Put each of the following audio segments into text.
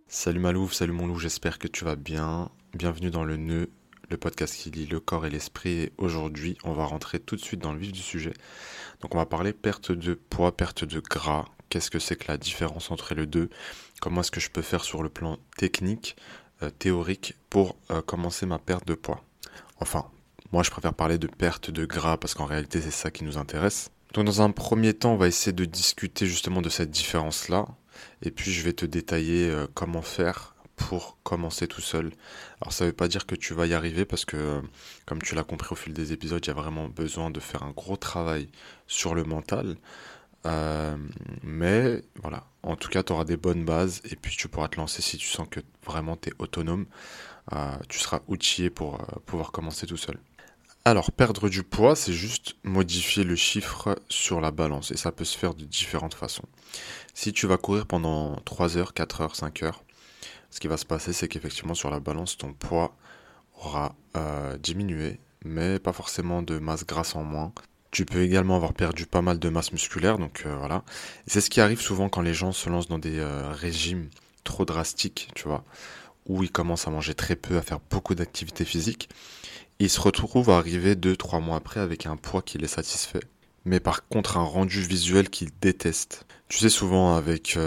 Salut Malouf, salut mon loup, j'espère que tu vas bien. Bienvenue dans le nœud, le podcast qui lie le corps et l'esprit. Et aujourd'hui, on va rentrer tout de suite dans le vif du sujet. Donc on va parler perte de poids, perte de gras. Qu'est-ce que c'est que la différence entre les deux? Comment est-ce que je peux faire sur le plan technique, théorique, pour commencer ma perte de poids? Enfin, moi je préfère parler de perte de gras parce qu'en réalité c'est ça qui nous intéresse. Donc dans un premier temps, on va essayer de discuter justement de cette différence-là. Et puis je vais te détailler comment faire pour commencer tout seul. Alors ça ne veut pas dire que tu vas y arriver parce que, comme tu l'as compris au fil des épisodes, il y a vraiment besoin de faire un gros travail sur le mental. Euh, mais voilà, en tout cas, tu auras des bonnes bases et puis tu pourras te lancer si tu sens que vraiment tu es autonome. Tu seras outillé pour pouvoir commencer tout seul. Alors, perdre du poids, c'est juste modifier le chiffre sur la balance et ça peut se faire de différentes façons. Si tu vas courir pendant 3 heures, 4 heures, 5 heures, ce qui va se passer, c'est qu'effectivement sur la balance, ton poids aura diminué, mais pas forcément de masse grasse en moins. Tu peux également avoir perdu pas mal de masse musculaire, donc voilà. Et c'est ce qui arrive souvent quand les gens se lancent dans des régimes trop drastiques, tu vois, où ils commencent à manger très peu, à faire beaucoup d'activité physique. Ils se retrouvent à arriver 2, 3 mois après avec un poids qui les satisfait. Mais par contre, un rendu visuel qu'ils détestent. Tu sais, souvent avec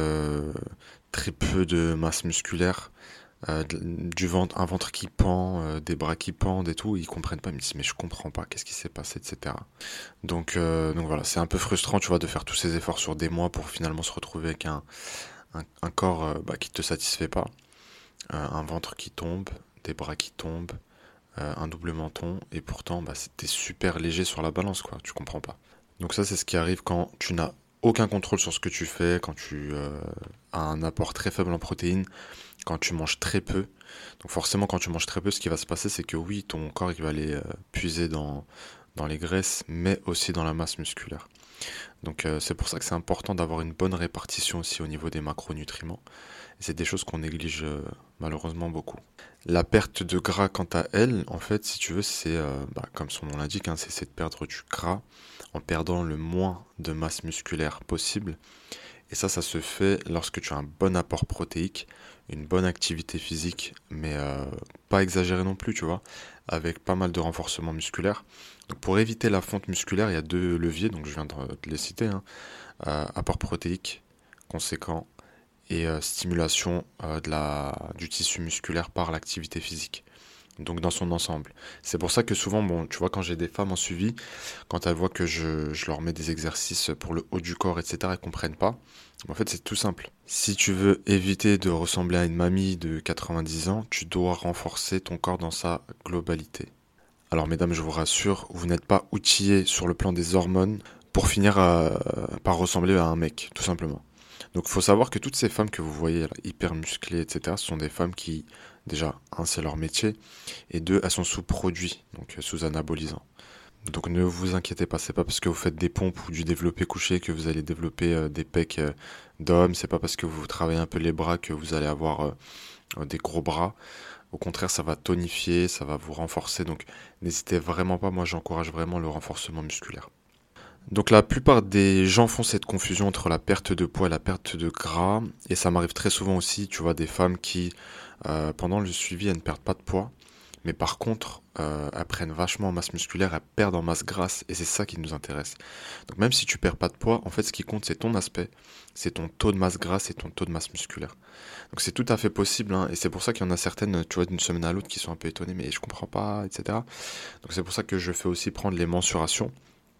très peu de masse musculaire, du ventre, un ventre qui pend, des bras qui pendent et tout, ils comprennent pas, ils me disent mais je comprends pas, qu'est-ce qui s'est passé, etc. Donc voilà, c'est un peu frustrant, tu vois, de faire tous ces efforts sur des mois pour finalement se retrouver avec un corps qui te satisfait pas, un ventre qui tombe, des bras qui tombent, un double menton, et pourtant t'es super léger sur la balance, quoi, tu comprends pas. Donc ça, c'est ce qui arrive quand tu n'as aucun contrôle sur ce que tu fais, quand tu as un apport très faible en protéines, quand tu manges très peu. Donc forcément, quand tu manges très peu, ce qui va se passer, c'est que oui, ton corps il va aller puiser dans les graisses, mais aussi dans la masse musculaire. Donc c'est pour ça que c'est important d'avoir une bonne répartition aussi au niveau des macronutriments. Et c'est des choses qu'on néglige malheureusement beaucoup. La perte de gras, quant à elle, en fait, si tu veux, c'est, comme son nom l'indique, hein, c'est de perdre du gras en perdant le moins de masse musculaire possible. Et ça se fait lorsque tu as un bon apport protéique, une bonne activité physique, mais pas exagéré non plus, tu vois, avec pas mal de renforcement musculaire. Donc pour éviter la fonte musculaire, il y a deux leviers, donc je viens de les citer, hein. Apport protéique conséquent et stimulation du tissu musculaire par l'activité physique. Donc dans son ensemble. C'est pour ça que souvent, bon, tu vois, quand j'ai des femmes en suivi, quand elles voient que je leur mets des exercices pour le haut du corps, etc., elles comprennent pas. En fait, c'est tout simple. Si tu veux éviter de ressembler à une mamie de 90 ans, tu dois renforcer ton corps dans sa globalité. Alors mesdames, je vous rassure, vous n'êtes pas outillés sur le plan des hormones pour finir par ressembler à un mec, tout simplement. Donc il faut savoir que toutes ces femmes que vous voyez là, hyper musclées, etc., ce sont des femmes qui, déjà, un, c'est leur métier, et deux, elles sont sous produits, donc sous anabolisants. Donc ne vous inquiétez pas, c'est pas parce que vous faites des pompes ou du développé couché que vous allez développer des pecs d'homme, c'est pas parce que vous travaillez un peu les bras que vous allez avoir des gros bras. Au contraire, ça va tonifier, ça va vous renforcer, donc n'hésitez vraiment pas, moi j'encourage vraiment le renforcement musculaire. Donc la plupart des gens font cette confusion entre la perte de poids et la perte de gras. Et ça m'arrive très souvent aussi, tu vois, des femmes qui, pendant le suivi, elles ne perdent pas de poids. Mais par contre, elles prennent vachement en masse musculaire, elles perdent en masse grasse. Et c'est ça qui nous intéresse. Donc même si tu perds pas de poids, en fait, ce qui compte, c'est ton aspect, c'est ton taux de masse grasse et ton taux de masse musculaire. Donc c'est tout à fait possible, hein, et c'est pour ça qu'il y en a certaines, tu vois, d'une semaine à l'autre qui sont un peu étonnées, mais je comprends pas, etc. Donc c'est pour ça que je fais aussi prendre les mensurations.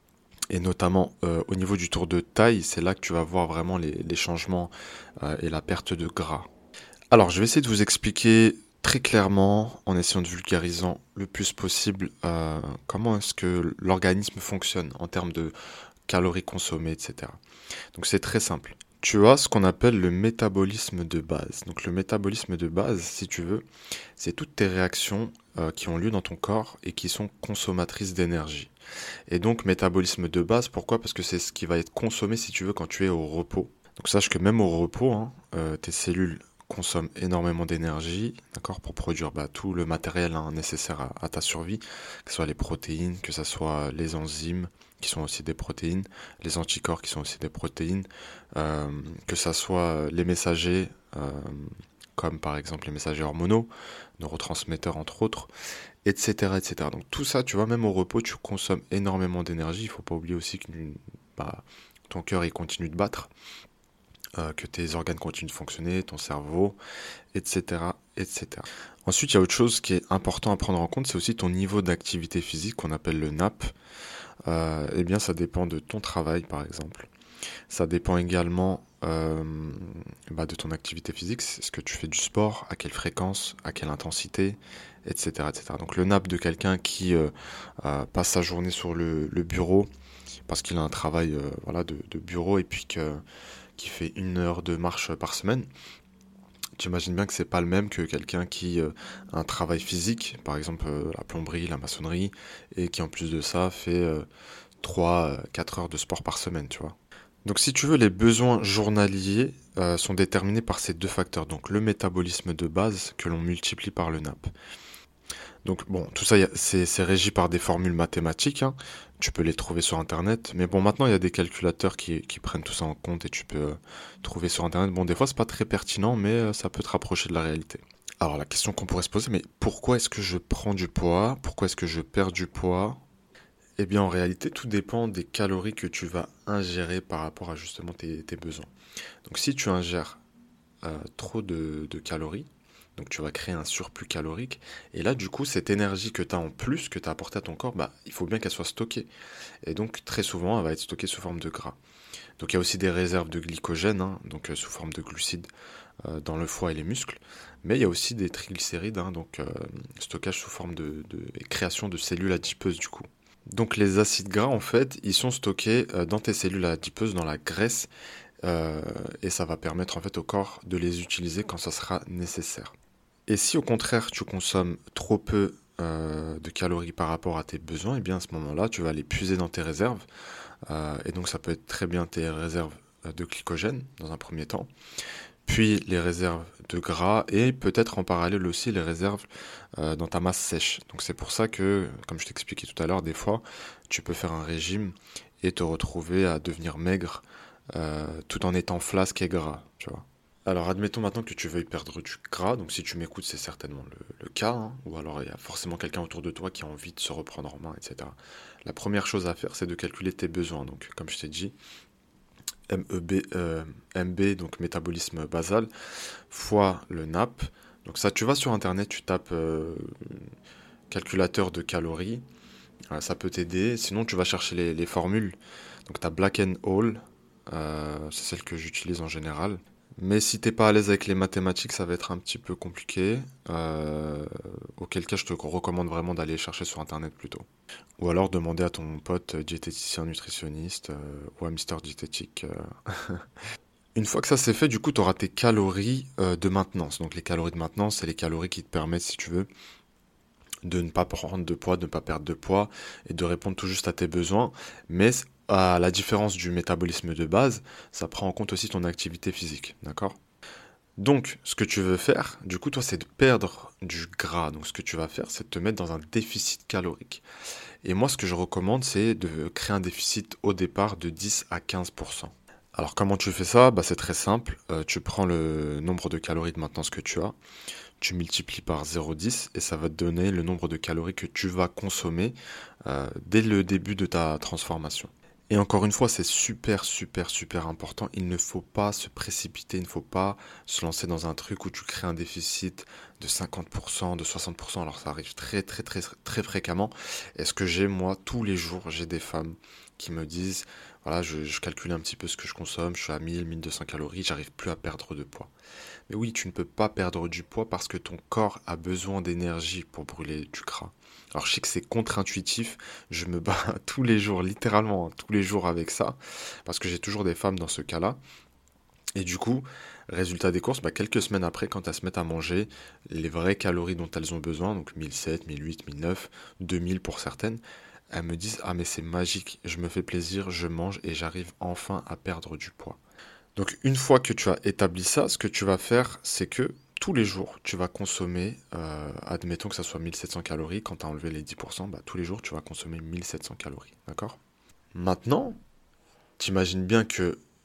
Et notamment au niveau du tour de taille, c'est là que tu vas voir vraiment les changements et la perte de gras. Alors, je vais essayer de vous expliquer très clairement, en essayant de vulgarisant le plus possible, comment est-ce que l'organisme fonctionne en termes de calories consommées, etc. Donc, c'est très simple. Tu as ce qu'on appelle le métabolisme de base. Donc, le métabolisme de base, si tu veux, c'est toutes tes réactions qui ont lieu dans ton corps et qui sont consommatrices d'énergie. Et donc, métabolisme de base, pourquoi? Parce que c'est ce qui va être consommé, si tu veux, quand tu es au repos. Donc, sache que même au repos, hein, tes cellules consomment énormément d'énergie, d'accord, pour produire tout le matériel nécessaire à ta survie, que ce soit les protéines, que ce soit les enzymes, qui sont aussi des protéines, les anticorps, qui sont aussi des protéines, que ce soit les messagers, comme par exemple les messagers hormonaux, neurotransmetteurs entre autres, etc., etc. Donc tout ça, tu vois, même au repos, tu consommes énormément d'énergie. Il faut pas oublier aussi que bah, ton cœur il continue de battre, que tes organes continuent de fonctionner, ton cerveau, etc., etc. Ensuite, il y a autre chose qui est important à prendre en compte, c'est aussi ton niveau d'activité physique qu'on appelle le NAP. Eh bien, ça dépend de ton travail, par exemple. Ça dépend également de ton activité physique, c'est ce que tu fais du sport, à quelle fréquence, à quelle intensité, etc., etc. Donc le NAP de quelqu'un qui passe sa journée sur le bureau parce qu'il a un travail de bureau et puis qui fait 1 heure de marche par semaine, tu imagines bien que c'est pas le même que quelqu'un qui a un travail physique, par exemple la plomberie, la maçonnerie, et qui en plus de ça fait 3-4 heures de sport par semaine, tu vois. Donc si tu veux, les besoins journaliers sont déterminés par ces deux facteurs. Donc le métabolisme de base que l'on multiplie par le NAP. Donc bon, tout ça c'est régi par des formules mathématiques, hein. Tu peux les trouver sur Internet. Mais bon, maintenant il y a des calculateurs qui prennent tout ça en compte et tu peux trouver sur Internet. Bon, des fois c'est pas très pertinent, mais ça peut te rapprocher de la réalité. Alors la question qu'on pourrait se poser, mais pourquoi est-ce que je prends du poids? Pourquoi est-ce que je perds du poids? Eh bien, en réalité, tout dépend des calories que tu vas ingérer par rapport à justement tes besoins. Donc, si tu ingères trop de calories, donc tu vas créer un surplus calorique, et là, du coup, cette énergie que tu as en plus, que tu as apportée à ton corps, bah, il faut bien qu'elle soit stockée. Et donc, très souvent, elle va être stockée sous forme de gras. Donc, il y a aussi des réserves de glycogène, hein, donc sous forme de glucides dans le foie et les muscles, mais il y a aussi des triglycérides, hein, donc stockage sous forme de création de cellules adipeuses, du coup. Donc les acides gras, en fait, ils sont stockés dans tes cellules adipeuses, dans la graisse, et ça va permettre en fait au corps de les utiliser quand ça sera nécessaire. Et si au contraire tu consommes trop peu de calories par rapport à tes besoins, et bien à ce moment-là, tu vas les puiser dans tes réserves, et donc ça peut être très bien tes réserves de glycogène dans un premier temps, puis les réserves de gras et peut-être en parallèle aussi les réserves dans ta masse sèche. Donc c'est pour ça que, comme je t'expliquais tout à l'heure, des fois tu peux faire un régime et te retrouver à devenir maigre tout en étant flasque et gras, tu vois. Alors admettons maintenant que tu veuilles perdre du gras, donc si tu m'écoutes c'est certainement le cas, hein, ou alors il y a forcément quelqu'un autour de toi qui a envie de se reprendre en main, etc. La première chose à faire c'est de calculer tes besoins, donc comme je t'ai dit, MB, donc métabolisme basal, fois le NAP. Donc ça, tu vas sur Internet, tu tapes calculateur de calories, ça peut t'aider. Sinon, tu vas chercher les formules. Donc tu as Black and Hall, c'est celle que j'utilise en général. Mais si t'es pas à l'aise avec les mathématiques, ça va être un petit peu compliqué. Auquel cas, je te recommande vraiment d'aller chercher sur Internet plutôt. Ou alors demander à ton pote diététicien nutritionniste ou à Mister Diététique. Une fois que ça c'est fait, du coup, tu auras tes calories de maintenance. Donc les calories de maintenance, c'est les calories qui te permettent, si tu veux, de ne pas prendre de poids, de ne pas perdre de poids et de répondre tout juste à tes besoins. Mais à la différence du métabolisme de base, ça prend en compte aussi ton activité physique, d'accord? Donc, ce que tu veux faire, du coup, toi, c'est de perdre du gras. Donc, ce que tu vas faire, c'est de te mettre dans un déficit calorique. Et moi, ce que je recommande, c'est de créer un déficit au départ de 10 à 15%. Alors, comment tu fais ça? Bah, c'est très simple. Tu prends le nombre de calories de maintenance que tu as, tu multiplies par 0,10 et ça va te donner le nombre de calories que tu vas consommer dès le début de ta transformation. Et encore une fois, c'est super, super, super important. Il ne faut pas se précipiter, il ne faut pas se lancer dans un truc où tu crées un déficit de 50%, de 60%. Alors ça arrive très, très, très, très fréquemment. Et ce que j'ai, moi, tous les jours, j'ai des femmes qui me disent, voilà, je calcule un petit peu ce que je consomme, je suis à 1000, 1200 calories, j'arrive plus à perdre de poids. Mais oui, tu ne peux pas perdre du poids parce que ton corps a besoin d'énergie pour brûler du gras. Alors je sais que c'est contre-intuitif, je me bats tous les jours, littéralement, hein, tous les jours avec ça, parce que j'ai toujours des femmes dans ce cas-là. Et du coup, résultat des courses, quelques semaines après, quand elles se mettent à manger les vraies calories dont elles ont besoin, donc 1700, 1800, 1009, 2000 pour certaines, elles me disent: ah mais c'est magique, je me fais plaisir, je mange et j'arrive enfin à perdre du poids. Donc une fois que tu as établi ça, ce que tu vas faire, c'est que tous les jours, tu vas consommer, admettons que ça soit 1700 calories, quand tu as enlevé les 10%, tous les jours, tu vas consommer 1700 calories, d'accord? Maintenant, t'imagines bien que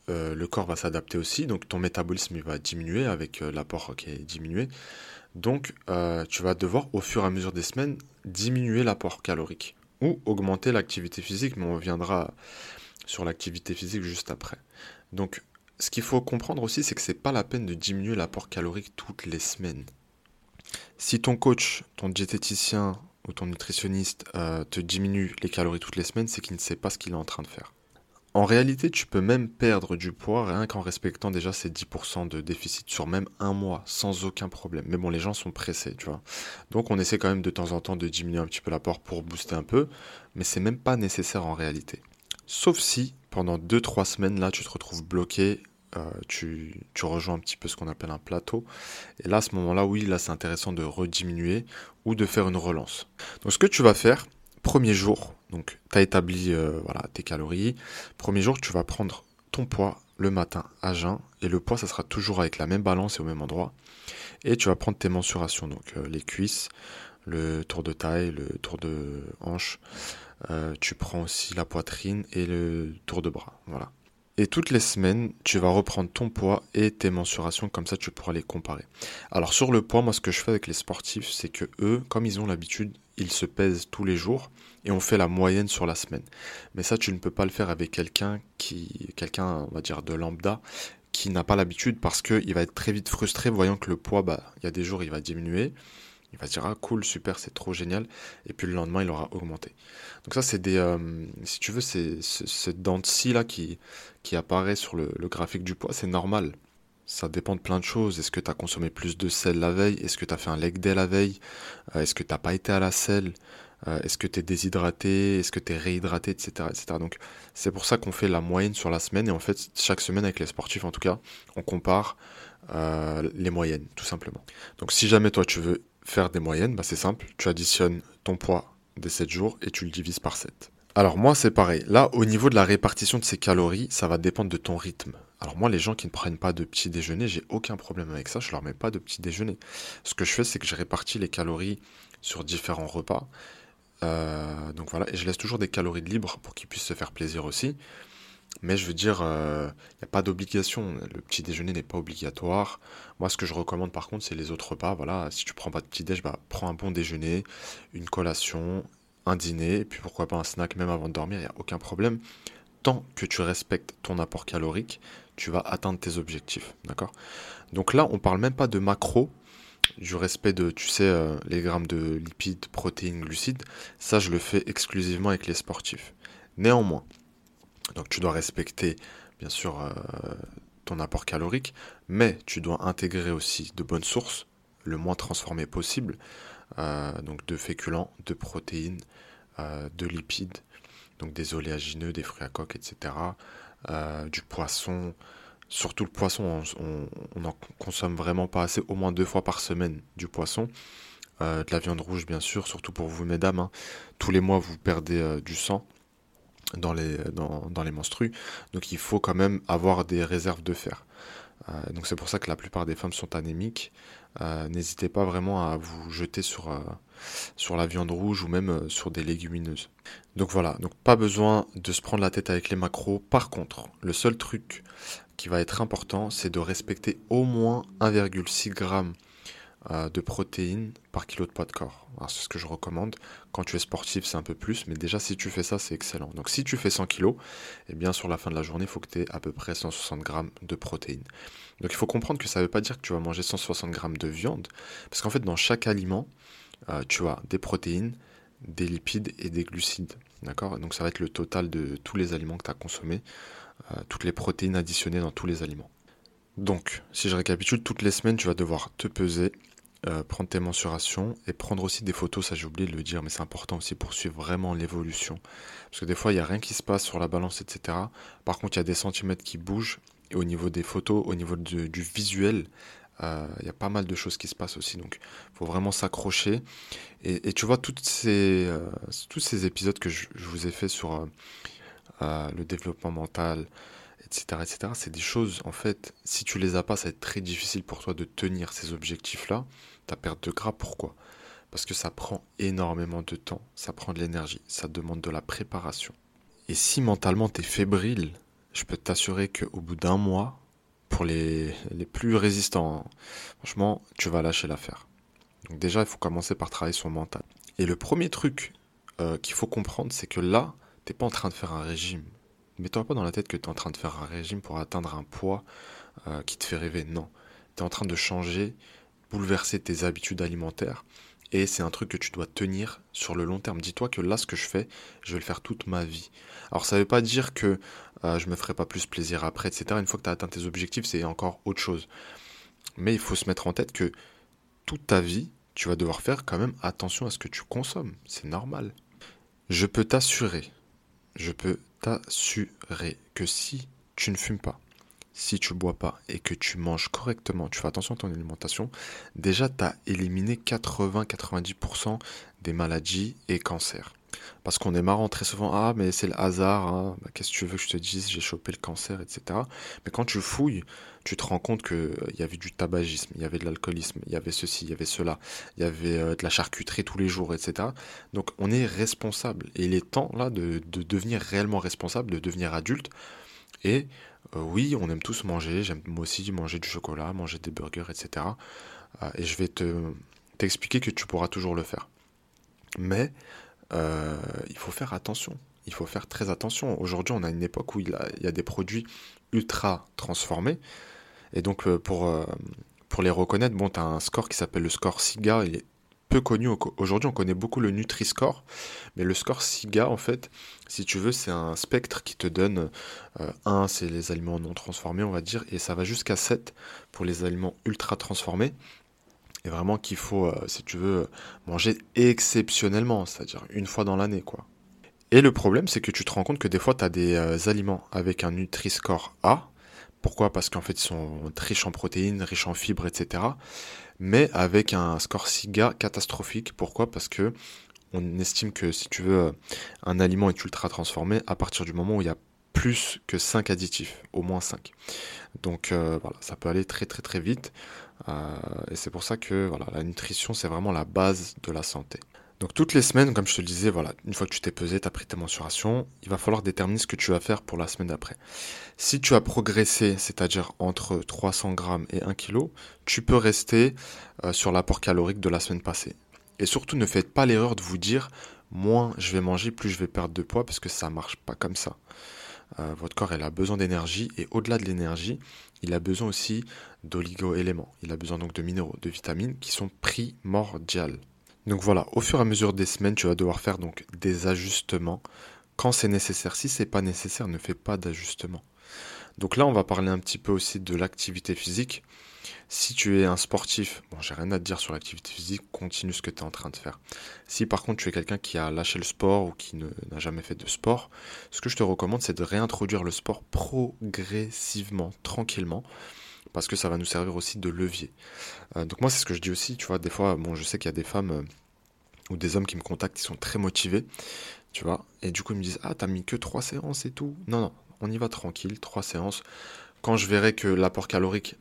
le corps va s'adapter aussi, donc ton métabolisme il va diminuer avec l'apport qui est diminué. Donc tu vas devoir au fur et à mesure des semaines diminuer l'apport calorique ou augmenter l'activité physique, mais on reviendra sur l'activité physique juste après. Donc ce qu'il faut comprendre aussi, c'est que c'est pas la peine de diminuer l'apport calorique toutes les semaines. Si ton coach, ton diététicien ou ton nutritionniste te diminue les calories toutes les semaines, c'est qu'il ne sait pas ce qu'il est en train de faire. En réalité, tu peux même perdre du poids rien qu'en respectant déjà ces 10% de déficit sur même un mois, sans aucun problème. Mais bon, les gens sont pressés, tu vois. Donc on essaie quand même de temps en temps de diminuer un petit peu l'apport pour booster un peu, mais c'est même pas nécessaire en réalité. Sauf si, pendant 2-3 semaines, là, tu te retrouves bloqué, tu rejoins un petit peu ce qu'on appelle un plateau. Et là, à ce moment-là, oui, là, c'est intéressant de rediminuer ou de faire une relance. Donc ce que tu vas faire, premier jour, donc tu as établi voilà, tes calories. Premier jour, tu vas prendre ton poids le matin à jeun. Et le poids, ça sera toujours avec la même balance et au même endroit. Et tu vas prendre tes mensurations, donc les cuisses, le tour de taille, le tour de hanche. Tu prends aussi la poitrine et le tour de bras. Voilà. Et toutes les semaines, tu vas reprendre ton poids et tes mensurations, comme ça tu pourras les comparer. Alors sur le poids, moi ce que je fais avec les sportifs, c'est que eux, comme ils ont l'habitude, ils se pèsent tous les jours et on fait la moyenne sur la semaine. Mais ça, tu ne peux pas le faire avec quelqu'un, on va dire de lambda, qui n'a pas l'habitude parce qu'il va être très vite frustré voyant que le poids, il y a des jours il va diminuer. Il va se dire, ah cool, super, c'est trop génial. Et puis le lendemain, il aura augmenté. Donc ça, c'est si tu veux, c'est cette dent de scie là qui apparaît sur le graphique du poids, c'est normal. Ça dépend de plein de choses. Est-ce que tu as consommé plus de sel la veille? Est-ce que tu as fait un leg day la veille? Est-ce que tu n'as pas été à la selle? Est-ce que tu es déshydraté? Est-ce que tu es réhydraté? Etc., etc. Donc c'est pour ça qu'on fait la moyenne sur la semaine. Et en fait, chaque semaine avec les sportifs, en tout cas, on compare les moyennes, tout simplement. Donc si jamais toi tu veux faire des moyennes, c'est simple, tu additionnes ton poids des 7 jours et tu le divises par 7. Alors moi c'est pareil, là au niveau de la répartition de ces calories, ça va dépendre de ton rythme. Alors moi les gens qui ne prennent pas de petit déjeuner, j'ai aucun problème avec ça, je leur mets pas de petit déjeuner. Ce que je fais c'est que je répartis les calories sur différents repas. Donc voilà, et je laisse toujours des calories de libre pour qu'ils puissent se faire plaisir aussi. Mais je veux dire, il n'y a pas d'obligation. Le petit déjeuner n'est pas obligatoire. Moi, ce que je recommande par contre, c'est les autres repas. Voilà, si tu prends pas de petit déj, prends un bon déjeuner, une collation, un dîner, et puis pourquoi pas un snack même avant de dormir, il n'y a aucun problème. Tant que tu respectes ton apport calorique, tu vas atteindre tes objectifs. D'accord? Donc là, on parle même pas de macro, du respect de, tu sais, les grammes de lipides, protéines, glucides. Ça, je le fais exclusivement avec les sportifs. Néanmoins, donc tu dois respecter bien sûr ton apport calorique, mais tu dois intégrer aussi de bonnes sources, le moins transformées possible, donc de féculents, de protéines, de lipides, donc des oléagineux, des fruits à coque, etc. Du poisson, surtout le poisson, on en consomme vraiment pas assez, au moins 2 fois par semaine du poisson. De la viande rouge bien sûr, surtout pour vous mesdames, hein. Tous les mois vous perdez du sang dans les menstrues, donc il faut quand même avoir des réserves de fer. Donc c'est pour ça que la plupart des femmes sont anémiques. N'hésitez pas vraiment à vous jeter sur la viande rouge ou même sur des légumineuses. Donc voilà, donc pas besoin de se prendre la tête avec les macros. Par contre, le seul truc qui va être important, c'est de respecter au moins 1,6 g de protéines par kilo de poids de corps. Alors, c'est ce que je recommande. Quand tu es sportif, c'est un peu plus, mais déjà si tu fais ça, c'est excellent. Donc si tu fais 100 kg, eh bien sur la fin de la journée, il faut que tu aies à peu près 160 grammes de protéines. Donc il faut comprendre que ça ne veut pas dire que tu vas manger 160 grammes de viande, parce qu'en fait dans chaque aliment, tu as des protéines, des lipides et des glucides. D'accord? Donc ça va être le total de tous les aliments que tu as consommés, toutes les protéines additionnées dans tous les aliments. Donc, si je récapitule, toutes les semaines, tu vas devoir te peser, prendre tes mensurations et prendre aussi des photos, ça j'ai oublié de le dire, mais c'est important aussi pour suivre vraiment l'évolution. Parce que des fois, il n'y a rien qui se passe sur la balance, etc. Par contre, il y a des centimètres qui bougent, et au niveau des photos, au niveau du visuel, il y a pas mal de choses qui se passent aussi. Donc, il faut vraiment s'accrocher. Et tu vois, tous ces épisodes que je vous ai fait sur le développement mental, etc., etc., c'est des choses, en fait, si tu les as pas, ça va être très difficile pour toi de tenir ces objectifs-là. Ta perte de gras, pourquoi? Parce que ça prend énormément de temps, ça prend de l'énergie, ça demande de la préparation. Et si mentalement t'es fébrile, je peux t'assurer qu'au bout d'un mois, pour les plus résistants, hein, franchement, tu vas lâcher l'affaire. Donc déjà, il faut commencer par travailler son mental. Et le premier truc qu'il faut comprendre, c'est que là, t'es pas en train de faire un régime. Mets-toi pas dans la tête que tu es en train de faire un régime pour atteindre un poids qui te fait rêver. Non. Tu es en train de changer, bouleverser tes habitudes alimentaires. Et c'est un truc que tu dois tenir sur le long terme. Dis-toi que là, ce que je fais, je vais le faire toute ma vie. Alors, ça ne veut pas dire que je me ferai pas plus plaisir après, etc. Une fois que tu as atteint tes objectifs, c'est encore autre chose. Mais il faut se mettre en tête que toute ta vie, tu vas devoir faire quand même attention à ce que tu consommes. C'est normal. Je peux t'assurer, je peux t'assurer que si tu ne fumes pas, si tu bois pas et que tu manges correctement, tu fais attention à ton alimentation, déjà tu as éliminé 80-90% des maladies et cancers. Parce qu'on est marrant très souvent, ah mais c'est le hasard, hein. Bah, qu'est-ce que tu veux que je te dise, j'ai chopé le cancer, etc. Mais quand tu fouilles, tu te rends compte qu'il y avait du tabagisme, il y avait de l'alcoolisme, il y avait ceci, il y avait cela, il y avait de la charcuterie tous les jours, etc. Donc on est responsable. Et il est temps là de devenir réellement responsable, de devenir adulte. Et oui, on aime tous manger, j'aime moi aussi manger du chocolat, manger des burgers, etc. Et je vais t'expliquer que tu pourras toujours le faire. Mais il faut faire attention. Il faut faire très attention. Aujourd'hui, on a une époque où il y a des produits ultra transformés. Et donc, pour les reconnaître, bon, tu as un score qui s'appelle le score SIGA. Il est peu connu. Aujourd'hui, on connaît beaucoup le Nutri-Score. Mais le score SIGA, en fait, si tu veux, c'est un spectre qui te donne 1, c'est les aliments non transformés, on va dire. Et ça va jusqu'à 7 pour les aliments ultra transformés. Et vraiment qu'il faut, si tu veux, manger exceptionnellement, c'est-à-dire une fois dans l'année, quoi. Et le problème, c'est que tu te rends compte que des fois, tu as des aliments avec un Nutri-Score A. Pourquoi? Parce qu'en fait, ils sont riches en protéines, riches en fibres, etc. Mais avec un score SIGA catastrophique. Pourquoi? Parce que on estime que, si tu veux, un aliment est ultra transformé à partir du moment où il y a plus que 5 additifs, au moins 5. Donc voilà, ça peut aller très très très vite. Et c'est pour ça que voilà, la nutrition, c'est vraiment la base de la santé. Donc toutes les semaines, comme je te le disais, voilà, une fois que tu t'es pesé, tu as pris tes mensurations, il va falloir déterminer ce que tu vas faire pour la semaine d'après. Si tu as progressé, c'est-à-dire entre 300 grammes et 1 kg, tu peux rester sur l'apport calorique de la semaine passée. Et surtout, ne faites pas l'erreur de vous dire, moins je vais manger, plus je vais perdre de poids, parce que ça marche pas comme ça. Votre corps, il a besoin d'énergie, et au-delà de l'énergie, il a besoin aussi d'oligo-éléments. Il a besoin donc de minéraux, de vitamines qui sont primordiales. Donc voilà, au fur et à mesure des semaines, tu vas devoir faire donc des ajustements quand c'est nécessaire. Si c'est pas nécessaire, ne fais pas d'ajustements. Donc là, on va parler un petit peu aussi de l'activité physique. Si tu es un sportif, bon, j'ai rien à te dire sur l'activité physique, continue ce que tu es en train de faire. Si par contre tu es quelqu'un qui a lâché le sport ou qui n'a jamais fait de sport, ce que je te recommande, c'est de réintroduire le sport progressivement, tranquillement, parce que ça va nous servir aussi de levier. Donc moi, c'est ce que je dis aussi, tu vois, des fois, bon, je sais qu'il y a des femmes ou des hommes qui me contactent, qui sont très motivés, tu vois, et du coup ils me disent, ah, t'as mis que 3 séances et tout. Non, non, on y va tranquille, 3 séances. Quand je verrai que l'apport calorique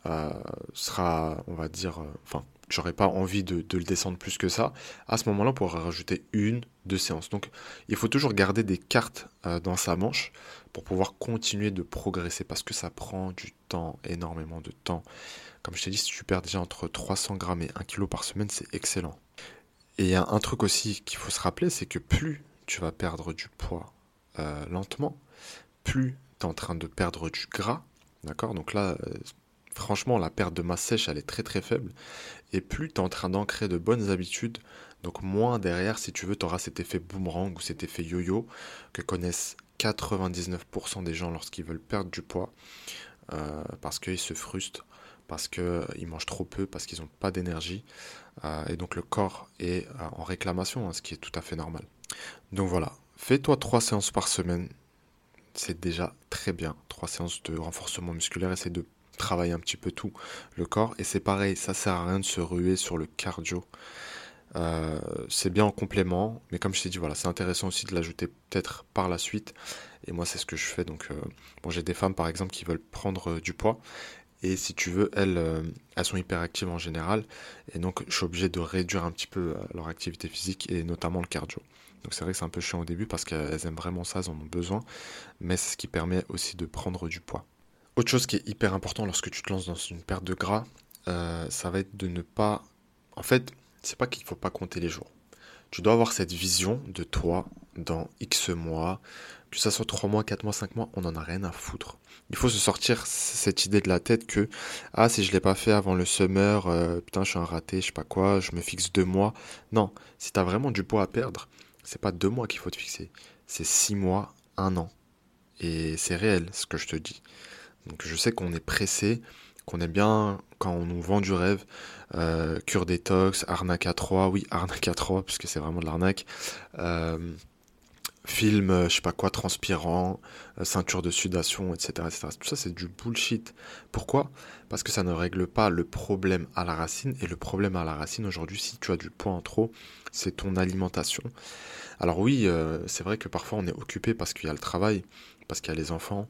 sera, on va dire, enfin, j'aurais pas envie de le descendre plus que ça, à ce moment-là, on pourra rajouter 1, 2 séances. Donc, il faut toujours garder des cartes dans sa manche pour pouvoir continuer de progresser, parce que ça prend du temps, énormément de temps. Comme je t'ai dit, si tu perds déjà entre 300 grammes et 1 kg par semaine, c'est excellent. Et il y a un truc aussi qu'il faut se rappeler, c'est que plus tu vas perdre du poids lentement, plus tu es en train de perdre du gras, d'accord? Donc là, franchement, la perte de masse sèche, elle est très très faible. Et plus tu es en train d'ancrer de bonnes habitudes, donc moins derrière, si tu veux, tu auras cet effet boomerang ou cet effet yo-yo que connaissent 99% des gens lorsqu'ils veulent perdre du poids, parce qu'ils se frustrent, parce qu'ils mangent trop peu, parce qu'ils n'ont pas d'énergie, et donc le corps est en réclamation, hein, ce qui est tout à fait normal. Donc voilà, fais-toi 3 séances par semaine, c'est déjà très bien. 3 séances de renforcement musculaire, essaie de travailler un petit peu tout le corps. Et c'est pareil, ça sert à rien de se ruer sur le cardio. C'est bien en complément, mais comme je t'ai dit, voilà, c'est intéressant aussi de l'ajouter peut-être par la suite. Et moi, c'est ce que je fais. Donc, bon, j'ai des femmes par exemple qui veulent prendre du poids. Et si tu veux, elles sont hyperactives en général. Et donc, je suis obligé de réduire un petit peu leur activité physique et notamment le cardio. Donc c'est vrai que c'est un peu chiant au début parce qu'elles aiment vraiment ça, elles en ont besoin, mais c'est ce qui permet aussi de prendre du poids. Autre chose qui est hyper important lorsque tu te lances dans une perte de gras, ça va être de ne pas... En fait, c'est pas qu'il faut pas compter les jours. Tu dois avoir cette vision de toi dans X mois, que ça soit 3 mois, 4 mois, 5 mois, on n'en a rien à foutre. Il faut se sortir cette idée de la tête que, ah, si je l'ai pas fait avant le summer, putain, je suis un raté, je sais pas quoi, je me fixe 2 mois. Non, si t'as vraiment du poids à perdre, c'est pas 2 mois qu'il faut te fixer, c'est 6 mois, 1 an. Et c'est réel, ce que je te dis. Donc je sais qu'on est pressé, qu'on aime bien quand on nous vend du rêve, cure détox, arnaque à 3, oui, arnaque à 3, puisque c'est vraiment de l'arnaque, euh, film, je sais pas quoi, transpirant, ceinture de sudation, etc., etc. Tout ça, c'est du bullshit. Pourquoi? Parce que ça ne règle pas le problème à la racine, et le problème à la racine aujourd'hui, si tu as du poids en trop, c'est ton alimentation. Alors oui, c'est vrai que parfois on est occupé parce qu'il y a le travail, parce qu'il y a les enfants,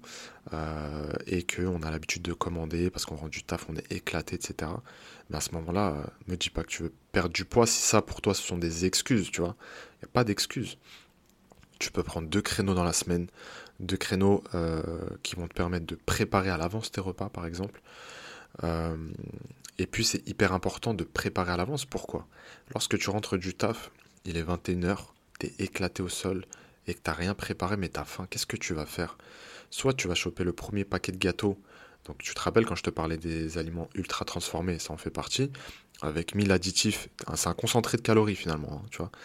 et qu'on a l'habitude de commander, parce qu'on rend du taf, on est éclaté, etc. Mais à ce moment-là, me dis pas que tu veux perdre du poids si ça pour toi ce sont des excuses, tu vois. Il n'y a pas d'excuses. Tu peux prendre 2 créneaux dans la semaine, 2 créneaux qui vont te permettre de préparer à l'avance tes repas, par exemple. Euh, et puis c'est hyper important de préparer à l'avance. Pourquoi? Lorsque tu rentres du taf, il est 21h, t'es éclaté au sol et que t'as rien préparé mais t'as faim, qu'est-ce que tu vas faire? Soit tu vas choper le premier paquet de gâteaux, donc tu te rappelles quand je te parlais des aliments ultra transformés, ça en fait partie, avec 1000 additifs, c'est un concentré de calories finalement, hein, tu vois.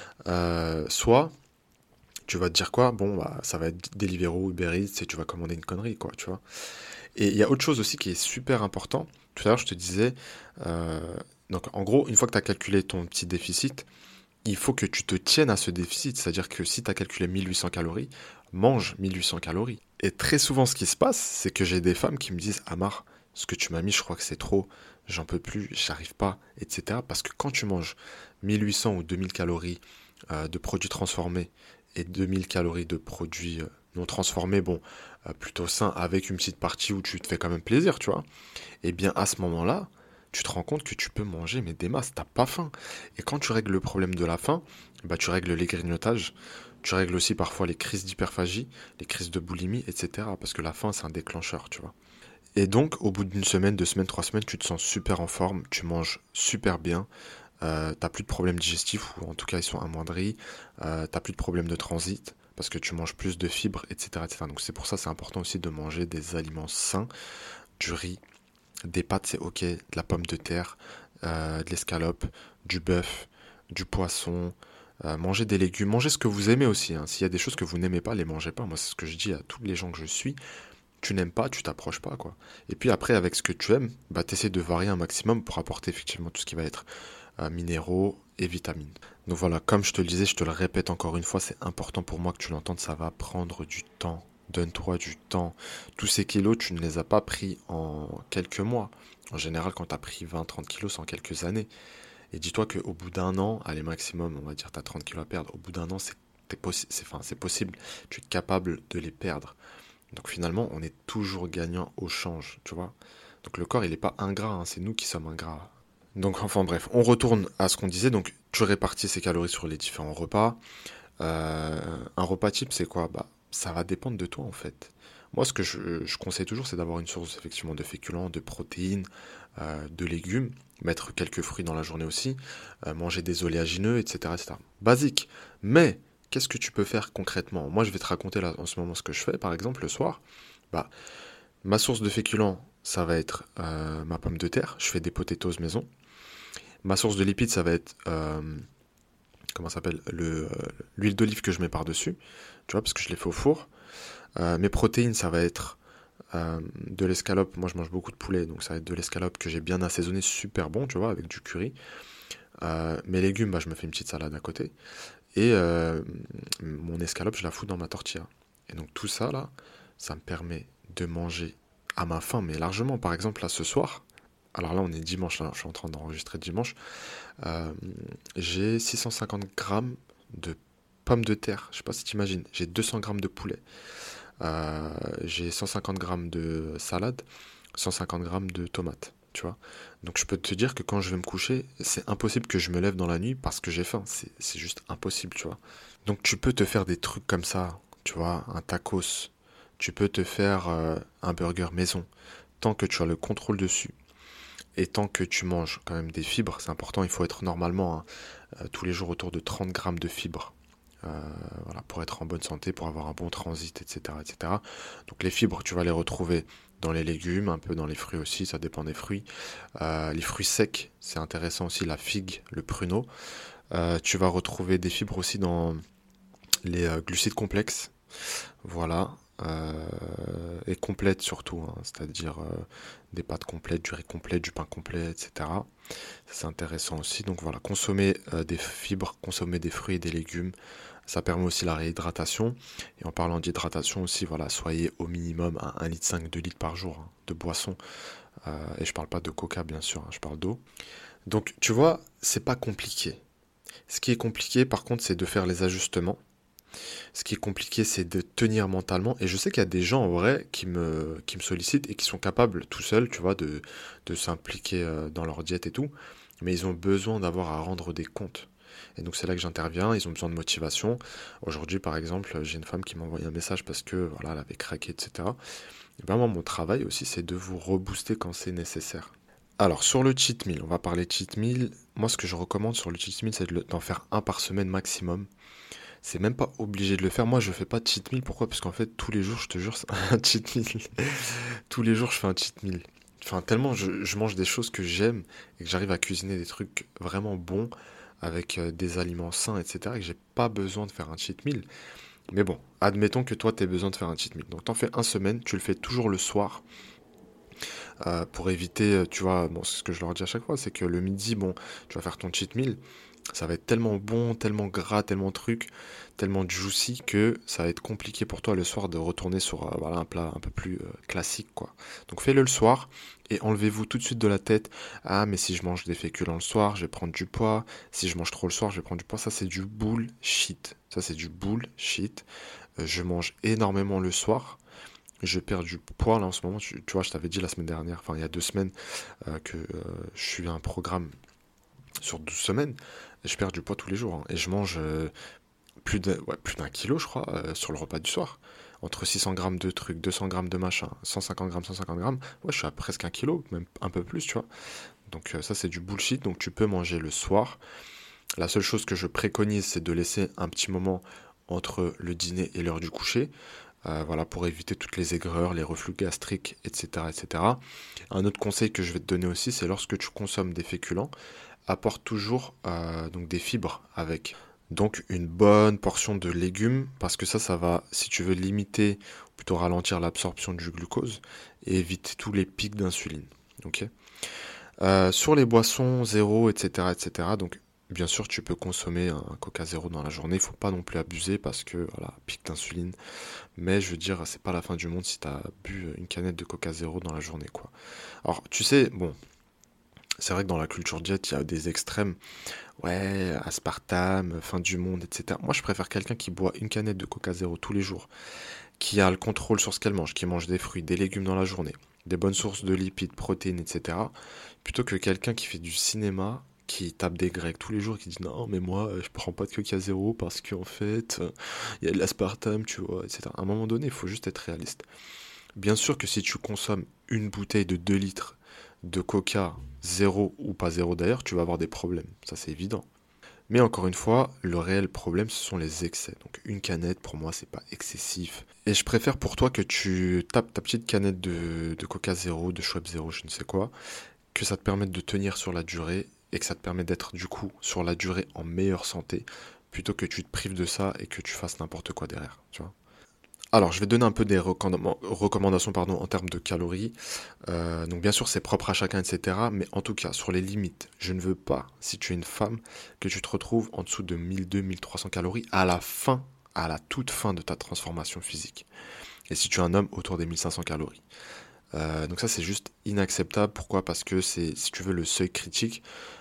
Soit tu vas te dire quoi? Bon, bah, ça va être Deliveroo, Uber Eats, et tu vas commander une connerie, quoi, tu vois. Et il y a autre chose aussi qui est super important. Tout à l'heure, je te disais, euh, donc en gros, une fois que tu as calculé ton petit déficit, il faut que tu te tiennes à ce déficit. C'est-à-dire que si tu as calculé 1800 calories, mange 1800 calories. Et très souvent, ce qui se passe, c'est que j'ai des femmes qui me disent, Amar, ce que tu m'as mis, je crois que c'est trop, j'en peux plus, j'arrive pas, etc. Parce que quand tu manges 1800 ou 2000 calories de produits transformés et 2000 calories de produits non transformés, bon, plutôt sains, avec une petite partie où tu te fais quand même plaisir, tu vois, et bien à ce moment-là, tu te rends compte que tu peux manger, mais des masses, t'as pas faim. Et quand tu règles le problème de la faim, bah tu règles les grignotages, tu règles aussi parfois les crises d'hyperphagie, les crises de boulimie, etc. Parce que la faim, c'est un déclencheur, tu vois. Et donc, au bout d'une semaine, 2 semaines, 3 semaines, tu te sens super en forme, tu manges super bien, t'as plus de problèmes digestifs, ou en tout cas ils sont amoindris, t'as plus de problèmes de transit, parce que tu manges plus de fibres, etc., etc. Donc c'est pour ça c'est important aussi de manger des aliments sains, du riz, des pâtes c'est ok, de la pomme de terre, de l'escalope, du bœuf, du poisson, manger des légumes, manger ce que vous aimez aussi, hein. S'il y a des choses que vous n'aimez pas, les mangez pas. Moi c'est ce que je dis à tous les gens que je suis, tu n'aimes pas, tu t'approches pas, quoi. Et puis après, avec ce que tu aimes, bah, t'essaies de varier un maximum pour apporter effectivement tout ce qui va être minéraux et vitamines. Donc voilà, comme je te le disais, je te le répète encore une fois, c'est important pour moi que tu l'entendes, ça va prendre du temps. Donne-toi du temps. Tous ces kilos, tu ne les as pas pris en quelques mois. En général, quand tu as pris 20, 30 kilos, c'est en quelques années. Et dis-toi qu'au bout d'un an, allez maximum, on va dire, tu as 30 kilos à perdre. Au bout d'un an, c'est possible. Tu es capable de les perdre. Donc finalement, on est toujours gagnant au change, tu vois. Donc le corps, il n'est pas ingrat, hein, c'est nous qui sommes ingrats. Donc enfin bref, on retourne à ce qu'on disait. Donc tu répartis ces calories sur les différents repas. Un repas type, c'est quoi? Bah, ça va dépendre de toi en fait. Moi, ce que je conseille toujours, c'est d'avoir une source effectivement de féculents, de protéines, de légumes, mettre quelques fruits dans la journée aussi, manger des oléagineux, etc., etc. Basique. Mais qu'est-ce que tu peux faire concrètement? Moi, je vais te raconter là en ce moment ce que je fais, par exemple, le soir. Bah, ma source de féculents, ça va être ma pomme de terre. Je fais des potatoes maison. Ma source de lipides, ça va être comment ça s'appelle l'huile d'olive que je mets par-dessus, tu vois, parce que je l'ai fait au four. Mes protéines, ça va être de l'escalope. Moi, je mange beaucoup de poulet, donc ça va être de l'escalope que j'ai bien assaisonné, super bon, tu vois, avec du curry. Mes légumes, bah, je me fais une petite salade à côté. Et mon escalope, je la fous dans ma tortilla. Et donc tout ça, là, ça me permet de manger à ma faim, mais largement. Par exemple, là, ce soir, alors là, on est dimanche, là, je suis en train d'enregistrer dimanche, euh, j'ai 650 grammes de pommes de terre. Je sais pas si tu imagines. J'ai 200 grammes de poulet. J'ai 150 grammes de salade, 150 grammes de tomates. tu vois. Donc je peux te dire que quand je vais me coucher, c'est impossible que je me lève dans la nuit parce que j'ai faim. C'est juste impossible, tu vois. Donc tu peux te faire des trucs comme ça, tu vois, un tacos. Tu peux te faire un burger maison. Tant que tu as le contrôle dessus et tant que tu manges quand même des fibres, c'est important, il faut être normalement tous les jours autour de 30 grammes de fibres. euh, voilà, pour être en bonne santé, pour avoir un bon transit, etc., etc. Donc les fibres, tu vas les retrouver dans les légumes, un peu dans les fruits aussi, ça dépend des fruits. Les fruits secs, c'est intéressant aussi, la figue, le pruneau. Tu vas retrouver des fibres aussi dans les glucides complexes, voilà, et complètes surtout, hein, c'est-à-dire des pâtes complètes, du riz complet, du pain complet, etc. Ça, c'est intéressant aussi. Donc voilà, consommer des fibres, consommer des fruits et des légumes, ça permet aussi la réhydratation. Et en parlant d'hydratation aussi, voilà, soyez au minimum à 1,5 litre, 2 litres par jour hein, de boisson. Et je parle pas de coca bien sûr, hein, je parle d'eau. Donc tu vois, c'est pas compliqué. Ce qui est compliqué par contre, c'est de faire les ajustements. Ce qui est compliqué, c'est de tenir mentalement. Et je sais qu'il y a des gens en vrai qui me sollicitent et qui sont capables tout seuls, tu vois, de s'impliquer dans leur diète et tout. Mais ils ont besoin d'avoir à rendre des comptes. Et donc c'est là que j'interviens, ils ont besoin de motivation. Aujourd'hui, par exemple, j'ai une femme qui m'a envoyé un message parce que voilà, elle avait craqué, etc. Et ben moi, mon travail aussi, c'est de vous rebooster quand c'est nécessaire. Alors, sur le cheat meal, on va parler cheat meal. Moi, ce que je recommande sur le cheat meal, c'est d'en faire un par semaine maximum. C'est même pas obligé de le faire. Moi, je fais pas de cheat meal. Pourquoi? Parce qu'en fait, tous les jours, je te jure, c'est un cheat meal. Tous les jours, je fais un cheat meal. Enfin, tellement je mange des choses que j'aime et que j'arrive à cuisiner des trucs vraiment bons avec des aliments sains, etc. Et que j'ai pas besoin de faire un cheat meal. Mais bon, admettons que toi, tu aies besoin de faire un cheat meal. Donc, t'en fais un semaine, tu le fais toujours le soir pour éviter, tu vois, bon, c'est ce que je leur dis à chaque fois, c'est que le midi, bon, tu vas faire ton cheat meal. Ça va être tellement bon, tellement gras, tellement truc, tellement juicy que ça va être compliqué pour toi le soir de retourner sur voilà, un plat un peu plus classique, quoi. Donc fais-le le soir et enlevez-vous tout de suite de la tête. Ah, mais si je mange des féculents le soir, je vais prendre du poids. Si je mange trop le soir, je vais prendre du poids. Ça, c'est du bullshit. Ça, c'est du bullshit. Je mange énormément le soir. Je perds du poids là en ce moment. Tu vois, je t'avais dit la semaine dernière, enfin il y a 2 semaines, que je suis à un programme sur 12 semaines, je perds du poids tous les jours, hein. Et je mange plus d'un kilo, je crois, sur le repas du soir. Entre 600 grammes de trucs, 200 grammes de machin, 150 grammes, 150 grammes, ouais, je suis à presque un kilo, même un peu plus, tu vois. Donc ça, c'est du bullshit, donc tu peux manger le soir. La seule chose que je préconise, c'est de laisser un petit moment entre le dîner et l'heure du coucher. Voilà, pour éviter toutes les aigreurs, les reflux gastriques, etc., etc. Un autre conseil que je vais te donner aussi, c'est lorsque tu consommes des féculents, apporte toujours donc des fibres avec. Donc une bonne portion de légumes, parce que ça va, si tu veux limiter, ou plutôt ralentir l'absorption du glucose, et éviter tous les pics d'insuline. Ok. Sur les boissons zéro, etc., etc. Donc bien sûr, tu peux consommer un Coca zéro dans la journée. Il faut pas non plus abuser parce que voilà, pic d'insuline. Mais je veux dire, c'est pas la fin du monde si tu as bu une canette de Coca zéro dans la journée, quoi. Alors tu sais, bon, c'est vrai que dans la culture diète, il y a des extrêmes. Ouais, aspartame, fin du monde, etc. Moi, je préfère quelqu'un qui boit une canette de Coca zéro tous les jours, qui a le contrôle sur ce qu'elle mange, qui mange des fruits, des légumes dans la journée, des bonnes sources de lipides, protéines, etc. Plutôt que quelqu'un qui fait du cinéma, qui tape des grecs tous les jours et qui dit non, mais moi, je prends pas de Coca zéro parce qu'en fait, il y a de l'aspartame, tu vois, etc. À un moment donné, il faut juste être réaliste. Bien sûr que si tu consommes une bouteille de 2 litres de coca, zéro ou pas zéro d'ailleurs, tu vas avoir des problèmes. Ça, c'est évident. Mais encore une fois, le réel problème, ce sont les excès. Donc une canette, pour moi, c'est pas excessif. Et je préfère pour toi que tu tapes ta petite canette de coca zéro, de Schweppes zéro, je ne sais quoi, que ça te permette de tenir sur la durée et que ça te permet d'être du coup sur la durée en meilleure santé, plutôt que tu te prives de ça et que tu fasses n'importe quoi derrière, tu vois. Alors, je vais te donner un peu des recommandations pardon, en termes de calories. Donc, bien sûr, c'est propre à chacun, etc. Mais en tout cas, sur les limites, je ne veux pas, si tu es une femme, que tu te retrouves en dessous de 1200-1300 calories à la fin, à la toute fin de ta transformation physique. Et si tu es un homme, autour des 1500 calories. Donc ça, c'est juste inacceptable. Pourquoi? Parce que c'est, si tu veux, le seuil critique.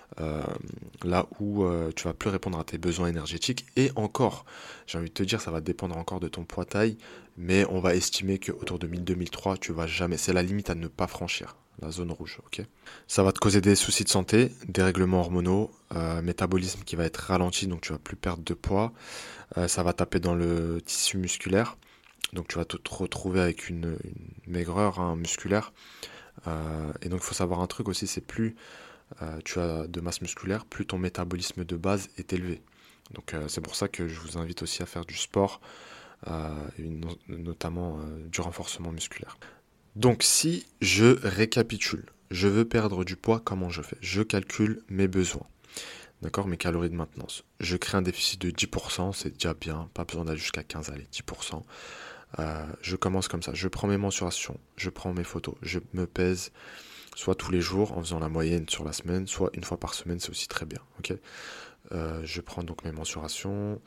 euh, là où tu vas plus répondre à tes besoins énergétiques. Et encore, j'ai envie de te dire, ça va dépendre encore de ton poids taille, mais on va estimer qu'autour de 1000-2003, tu vas jamais. C'est la limite à ne pas franchir, la zone rouge, ok? Ça va te causer des soucis de santé, dérèglements hormonaux, métabolisme qui va être ralenti, donc tu vas plus perdre de poids. Ça va taper dans le tissu musculaire, donc tu vas te retrouver avec une maigreur hein, musculaire. Et donc il faut savoir un truc aussi, c'est plus tu as de masse musculaire, plus ton métabolisme de base est élevé. Donc c'est pour ça que je vous invite aussi à faire du sport, notamment du renforcement musculaire. Donc si je récapitule, je veux perdre du poids, comment je fais? Je calcule mes besoins, d'accord, mes calories de maintenance. Je crée un déficit de 10%, c'est déjà bien, pas besoin d'aller jusqu'à 15, allez, 10%. Je commence comme ça, je prends mes mensurations, je prends mes photos, je me pèse soit tous les jours en faisant la moyenne sur la semaine, soit une fois par semaine, c'est aussi très bien. Ok. Je prends donc mes mensurations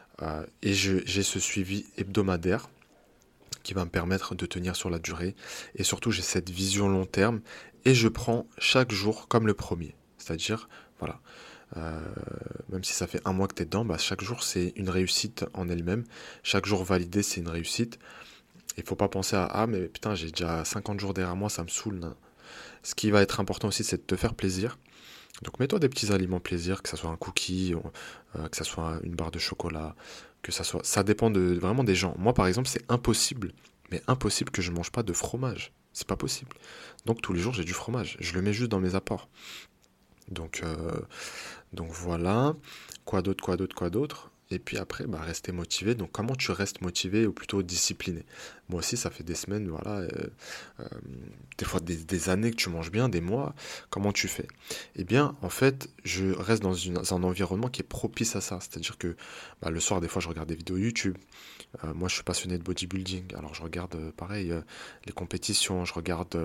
et j'ai ce suivi hebdomadaire qui va me permettre de tenir sur la durée. Et surtout, j'ai cette vision long terme et je prends chaque jour comme le premier. C'est-à-dire, voilà, euh, même si ça fait un mois que tu es dedans, bah, chaque jour c'est une réussite en elle-même. Chaque jour validé, c'est une réussite. Il ne faut pas penser à ah, mais putain, j'ai déjà 50 jours derrière moi, ça me saoule. Non. Ce qui va être important aussi, c'est de te faire plaisir. Donc mets-toi des petits aliments plaisir, que ça soit un cookie, que ça soit une barre de chocolat, que ça soit... Ça dépend vraiment des gens. Moi par exemple, c'est impossible, mais impossible que je ne mange pas de fromage. C'est pas possible. Donc tous les jours, j'ai du fromage. Je le mets juste dans mes apports. Donc, euh, donc voilà. Quoi d'autre? Et puis après, bah, rester motivé. Donc comment tu restes motivé ou plutôt discipliné? Moi aussi, ça fait des semaines, voilà, euh, des fois des années que tu manges bien, des mois. Comment tu fais? Eh bien, en fait, je reste dans un environnement qui est propice à ça. C'est-à-dire que bah, le soir, des fois, je regarde des vidéos YouTube. Moi, je suis passionné de bodybuilding. Alors, je regarde, pareil, les compétitions. Je regarde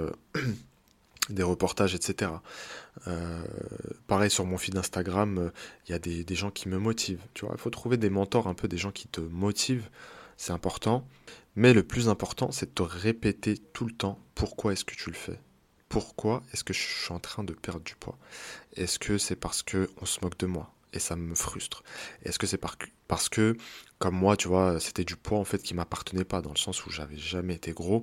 des reportages, etc. Euh, Pareil sur mon feed Instagram, il y a des gens qui me motivent. Tu vois, il faut trouver des mentors, un peu des gens qui te motivent, c'est important. Mais le plus important, c'est de te répéter tout le temps pourquoi est-ce que tu le fais. Pourquoi est-ce que je suis en train de perdre du poids? Est-ce que c'est parce que on se moque de moi et ça me frustre? Est-ce que c'est parce que, comme moi, tu vois, c'était du poids en fait qui m'appartenait pas, dans le sens où j'avais jamais été gros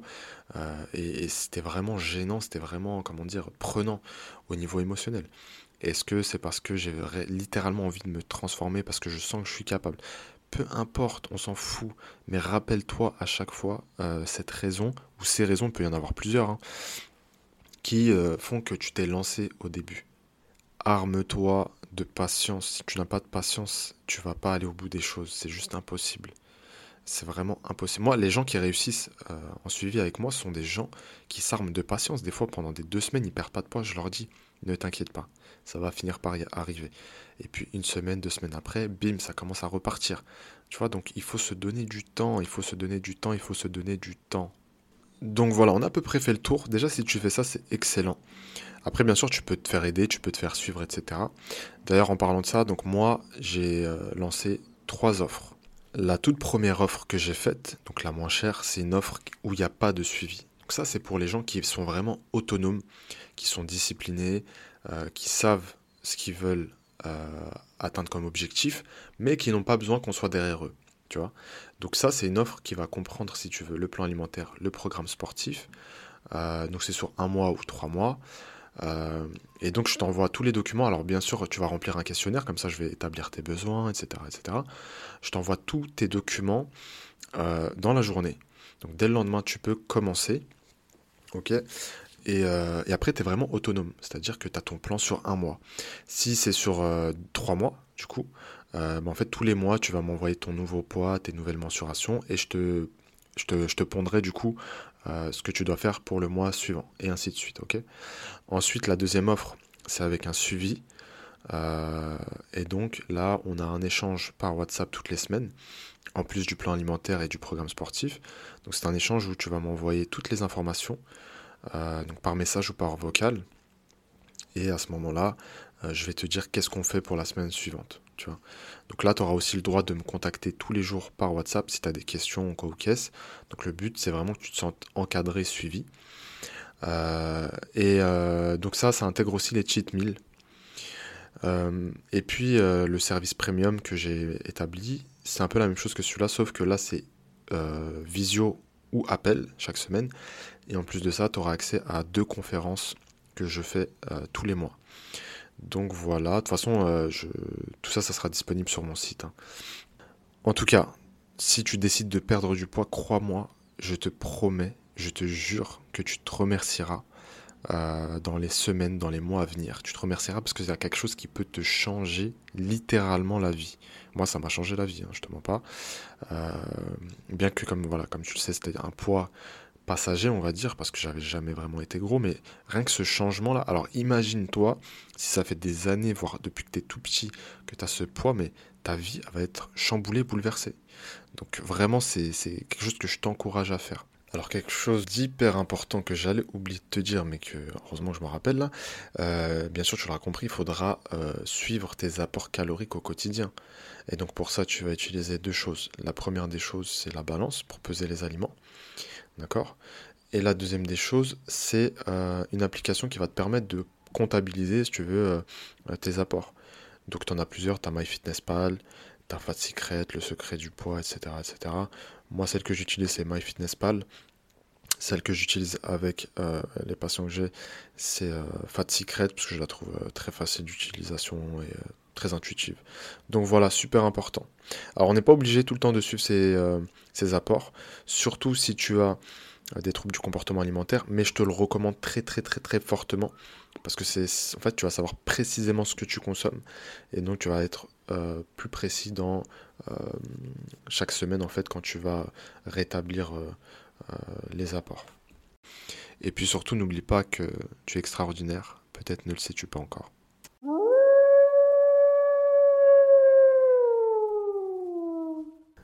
et c'était vraiment gênant, c'était vraiment, comment dire, prenant au niveau émotionnel. Est-ce que c'est parce que j'ai littéralement envie de me transformer parce que je sens que je suis capable? Peu importe, on s'en fout, mais rappelle-toi à chaque fois cette raison, ou ces raisons, il peut y en avoir plusieurs, hein, qui font que tu t'es lancé au début. Arme-toi de patience. Si tu n'as pas de patience, tu vas pas aller au bout des choses. C'est juste impossible. C'est vraiment impossible. Moi, les gens qui réussissent en suivi avec moi sont des gens qui s'arment de patience. Des fois, pendant des 2 semaines, ils perdent pas de poids. Je leur dis, ne t'inquiète pas, ça va finir par y arriver. Et puis une semaine, 2 semaines après, bim, ça commence à repartir. Tu vois, donc il faut se donner du temps, il faut se donner du temps, il faut se donner du temps. Donc voilà, on a à peu près fait le tour. Déjà, si tu fais ça, c'est excellent. Après, bien sûr, tu peux te faire aider, tu peux te faire suivre, etc. D'ailleurs, en parlant de ça, donc moi, j'ai lancé 3 offres. La toute première offre que j'ai faite, donc la moins chère, c'est une offre où il n'y a pas de suivi. Donc ça, c'est pour les gens qui sont vraiment autonomes, qui sont disciplinés, qui savent ce qu'ils veulent atteindre comme objectif, mais qui n'ont pas besoin qu'on soit derrière eux. Tu vois. Donc ça, c'est une offre qui va comprendre, si tu veux, le plan alimentaire, le programme sportif. Donc c'est sur 1 mois ou 3 mois. Et donc je t'envoie tous les documents. Alors bien sûr, tu vas remplir un questionnaire, comme ça je vais établir tes besoins, etc., etc. Je t'envoie tous tes documents dans la journée. Donc dès le lendemain, tu peux commencer. Ok. Et après, tu es vraiment autonome. C'est-à-dire que tu as ton plan sur 1 mois. Si c'est sur 3 mois, du coup, bah, en fait, tous les mois, tu vas m'envoyer ton nouveau poids, tes nouvelles mensurations, et je te pondrai du coup ce que tu dois faire pour le mois suivant, et ainsi de suite. Ok. Ensuite, la deuxième offre, c'est avec un suivi. Euh, et donc là, on a un échange par WhatsApp toutes les semaines, en plus du plan alimentaire et du programme sportif. Donc c'est un échange où tu vas m'envoyer toutes les informations, donc par message ou par vocal. Et à ce moment-là, je vais te dire qu'est-ce qu'on fait pour la semaine suivante. Tu vois. Donc là, tu auras aussi le droit de me contacter tous les jours par WhatsApp si tu as des questions ou quoi ou qu'est-ce. Donc le but, c'est vraiment que tu te sentes encadré, suivi. Donc ça intègre aussi les cheat meals. Et puis le service premium que j'ai établi, c'est un peu la même chose que celui-là, sauf que là c'est visio ou appel chaque semaine. Et en plus de ça, tu auras accès à 2 conférences que je fais tous les mois. Donc voilà, de toute façon, tout ça, ça sera disponible sur mon site, hein. En tout cas, si tu décides de perdre du poids, crois-moi, je te promets, je te jure que tu te remercieras dans les semaines, dans les mois à venir. Tu te remercieras parce que c'est quelque chose qui peut te changer littéralement la vie. Moi, ça m'a changé la vie, hein, je te mens pas. Euh, Bien que, comme tu le sais, c'était un poids passager, on va dire, parce que j'avais jamais vraiment été gros, mais rien que ce changement-là, alors imagine-toi, si ça fait des années, voire depuis que tu es tout petit, que tu as ce poids, mais ta vie elle va être chamboulée, bouleversée. Donc vraiment, c'est quelque chose que je t'encourage à faire. Alors quelque chose d'hyper important que j'allais oublier de te dire, mais que heureusement je me rappelle là, bien sûr tu l'auras compris, il faudra suivre tes apports caloriques au quotidien. Et donc pour ça tu vas utiliser 2 choses. La première des choses c'est la balance pour peser les aliments, d'accord? Et la deuxième des choses c'est une application qui va te permettre de comptabiliser si tu veux tes apports. Donc tu en as plusieurs, tu as MyFitnessPal, tu as Fat Secret, le secret du poids, etc., etc. Moi celle que j'utilise c'est MyFitnessPal. Celle que j'utilise avec les patients que j'ai, c'est Fat Secret, parce que je la trouve très facile d'utilisation et très intuitive. Donc voilà, super important. Alors on n'est pas obligé tout le temps de suivre ces apports, surtout si tu as des troubles du comportement alimentaire, mais je te le recommande très très très très fortement, parce que en fait, tu vas savoir précisément ce que tu consommes, et donc tu vas être plus précis dans euh, chaque semaine, en fait, quand tu vas rétablir les apports. Et puis surtout, n'oublie pas que tu es extraordinaire. Peut-être ne le sais-tu pas encore.